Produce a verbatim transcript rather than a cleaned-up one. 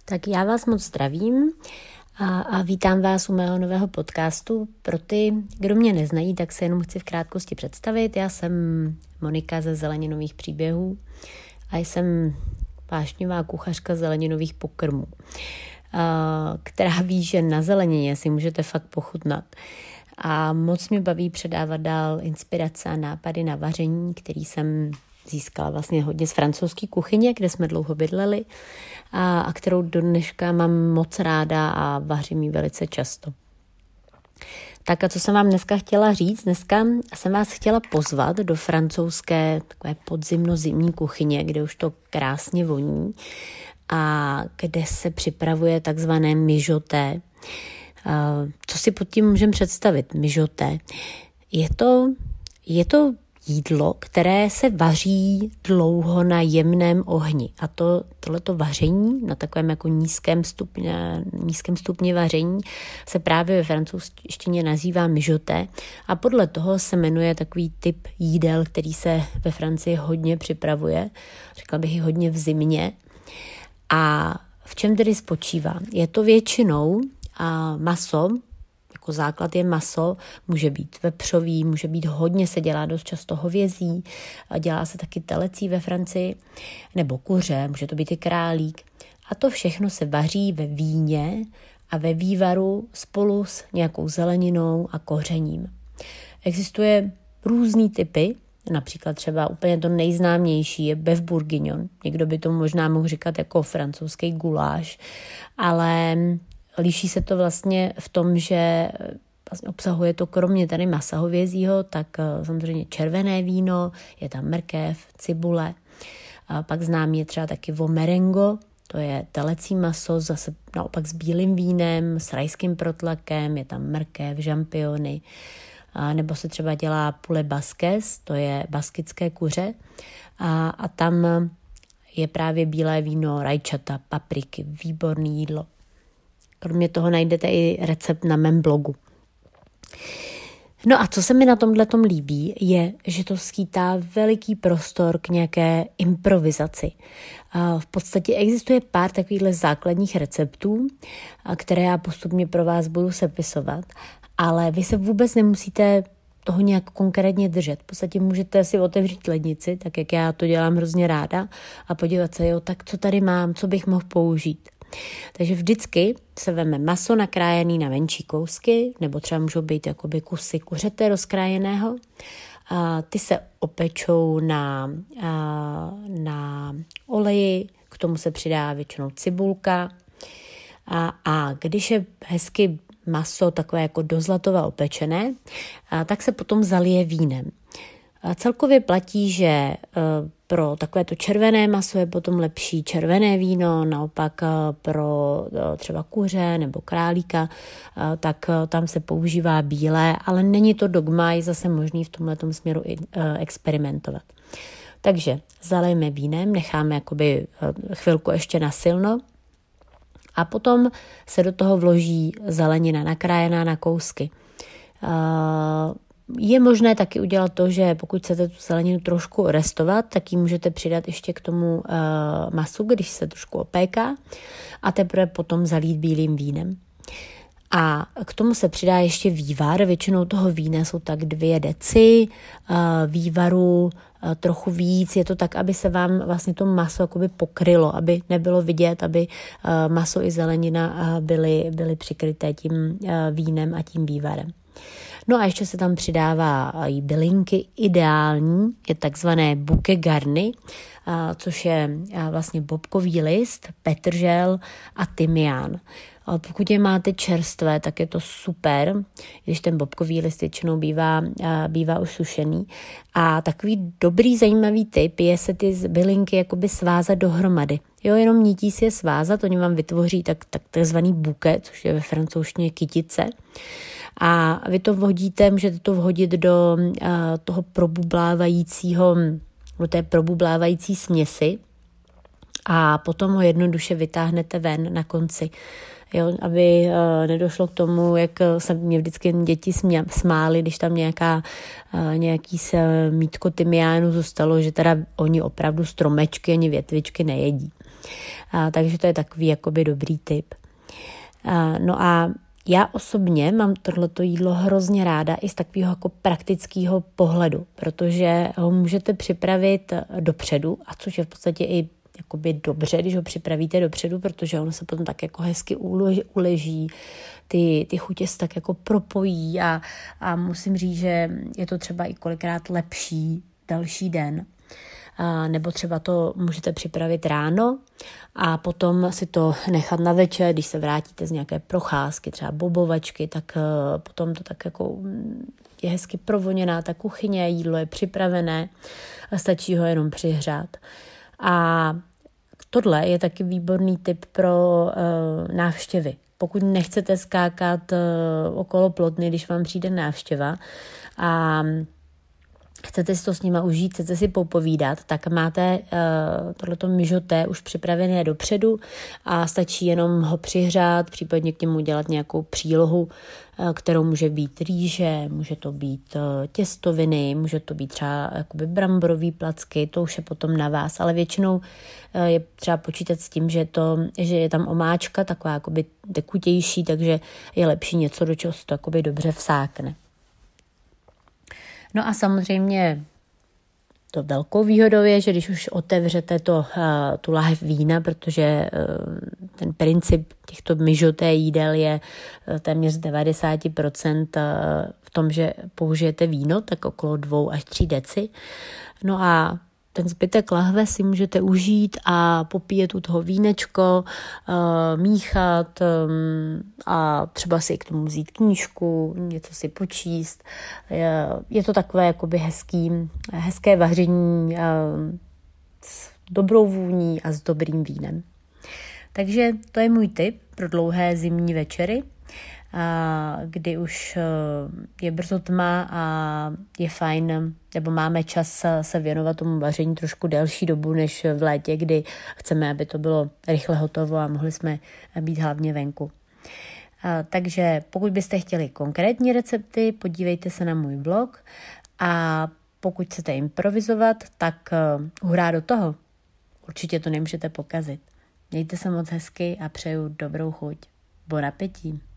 Tak já vás moc zdravím a, a vítám vás u mého nového podcastu. Pro ty, kdo mě neznají, tak se jenom chci v krátkosti představit. Já jsem Monika ze Zeleninových příběhů a jsem vášnivá kuchařka zeleninových pokrmů, a, která ví, že na zelenině si můžete fakt pochutnat. A moc mě baví předávat dál inspirace a nápady na vaření, který jsem získala vlastně hodně z francouzské kuchyně, kde jsme dlouho bydleli a, a kterou do dneška mám moc ráda a vařím ji velice často. Tak a co jsem vám dneska chtěla říct? Dneska jsem vás chtěla pozvat do francouzské takové podzimno-zimní kuchyně, kde už to krásně voní a kde se připravuje takzvané mijoté. Co si pod tím můžeme představit? Mijoté. Je to, je to jídlo, které se vaří dlouho na jemném ohni. A to, tohleto vaření na takovém jako nízkém stupni, nízkém stupni vaření se právě ve francouzštině nazývá mijoté a podle toho se jmenuje takový typ jídel, který se ve Francii hodně připravuje. Řekla bych i hodně v zimě. A v čem tedy spočívá? Je to většinou a maso, jako základ je maso, může být vepřový, může být hodně, se dělá dost často hovězí, dělá se taky telecí ve Francii, nebo kuře, může to být i králík. A to všechno se vaří ve víně a ve vývaru spolu s nějakou zeleninou a kořením. Existuje různý typy, například třeba úplně to nejznámější je bœuf bourguignon. Někdo by to možná mohl říkat jako francouzský guláš, ale liší se to vlastně v tom, že vlastně obsahuje to kromě tady masa hovězího, tak samozřejmě červené víno, je tam mrkev, cibule. A pak známý je třeba taky veau merengo, to je telecí maso, zase naopak s bílým vínem, s rajským protlakem, je tam mrkev, žampiony. A nebo se třeba dělá poulet basques, to je baskické kuře. A, a tam je právě bílé víno, rajčata, papriky, výborný jídlo. Kromě toho najdete i recept na mém blogu. No a co se mi na tomhletom líbí, je, že to skýtá veliký prostor k nějaké improvizaci. V podstatě existuje pár takovýchhle základních receptů, které já postupně pro vás budu sepisovat, ale vy se vůbec nemusíte toho nějak konkrétně držet. V podstatě můžete si otevřít lednici, tak jak já to dělám hrozně ráda, a podívat se, jo, tak co tady mám, co bych mohl použít. Takže vždycky se veme maso nakrájené na menší kousky, nebo třeba můžou být jakoby kusy kuřete rozkrájeného. A ty se opečou na, na oleji, k tomu se přidá většinou cibulka. A, a když je hezky maso takové jako do zlatova opečené, a tak se potom zalije vínem. A celkově platí, že pro takovéto červené maso je potom lepší červené víno, naopak pro třeba kuře nebo králíka, tak tam se používá bílé, ale není to dogma, je zase možný v tomhletom směru experimentovat. Takže zalejeme vínem, necháme jakoby chvilku ještě na silno a potom se do toho vloží zelenina nakrájená na kousky. Je možné taky udělat to, že pokud chcete tu zeleninu trošku restovat, tak ji můžete přidat ještě k tomu uh, masu, když se trošku opéká, a teprve potom zalít bílým vínem. A k tomu se přidá ještě vývar, většinou toho vína jsou tak dvě deci, uh, vývaru uh, trochu víc, je to tak, aby se vám vlastně to maso jakoby pokrylo, aby nebylo vidět, aby uh, maso i zelenina uh, byly, byly přikryté tím uh, vínem a tím vývarem. No a ještě se tam přidává i bylinky. Ideální je takzvané bouquet garni, což je vlastně bobkový list, petržel a tymián. Pokud je máte čerstvé, tak je to super, když ten bobkový list většinou bývá, bývá už sušený. A takový dobrý, zajímavý tip je se ty bylinky jakoby svázat dohromady. Jo, jenom nití si je svázat, oni vám vytvoří tak, tak, takzvaný buket, což je ve francouzštině kytice. A vy to vhodíte, můžete to vhodit do uh, toho probublávajícího, do té probublávající směsi a potom ho jednoduše vytáhnete ven na konci. Jo, aby uh, nedošlo k tomu, jak se mě vždycky děti smě, smály, když tam nějaká, uh, nějaký se mítko tymiánu zůstalo, že teda oni opravdu stromečky ani větvičky nejedí. A, takže to je takový jakoby dobrý tip. A, no a já osobně mám tohleto jídlo hrozně ráda i z takového jako praktického pohledu, protože ho můžete připravit dopředu, a což je v podstatě i jakoby dobře, když ho připravíte dopředu, protože ono se potom tak jako hezky uleží, ty, ty chutě se tak jako propojí a, a musím říct, že je to třeba i kolikrát lepší další den. A nebo třeba to můžete připravit ráno a potom si to nechat na večer, když se vrátíte z nějaké procházky, třeba bobovačky, tak potom to tak jako je hezky provoněná ta kuchyně, jídlo je připravené a stačí ho jenom přihřát. A tohle je taky výborný tip pro uh, návštěvy. Pokud nechcete skákat uh, okolo plotny, když vám přijde návštěva a chcete si to s nima užít, chcete si popovídat, tak máte uh, tohleto mijoté už připravené dopředu a stačí jenom ho přihřát, případně k němu dělat nějakou přílohu, uh, kterou může být rýže, může to být uh, těstoviny, může to být třeba jakoby bramborový placky, to už je potom na vás, ale většinou uh, je třeba počítat s tím, že, to, že je tam omáčka taková jakoby tekutější, takže je lepší něco, do čeho se to jakoby dobře vsákne. No a samozřejmě to velkou výhodou je, že když už otevřete to, tu lahev vína, protože ten princip těchto mijoté jídel je téměř devadesát procent v tom, že použijete víno, tak okolo dvou až tří deci. No a ten zbytek lahve si můžete užít a popíjet u toho vínečko, uh, míchat um, a třeba si k tomu vzít knížku, něco si počíst. Je, je to takové jakoby hezký, hezké vaření uh, s dobrou vůní a s dobrým vínem. Takže to je můj tip pro dlouhé zimní večery, kdy už je brzo tma a je fajn, nebo máme čas se věnovat tomu vaření trošku delší dobu než v létě, kdy chceme, aby to bylo rychle hotovo a mohli jsme být hlavně venku. Takže pokud byste chtěli konkrétní recepty, podívejte se na můj blog a pokud chcete improvizovat, tak hurá do toho. Určitě to nemůžete pokazit. Mějte se moc hezky a přeju dobrou chuť. Bon appétit!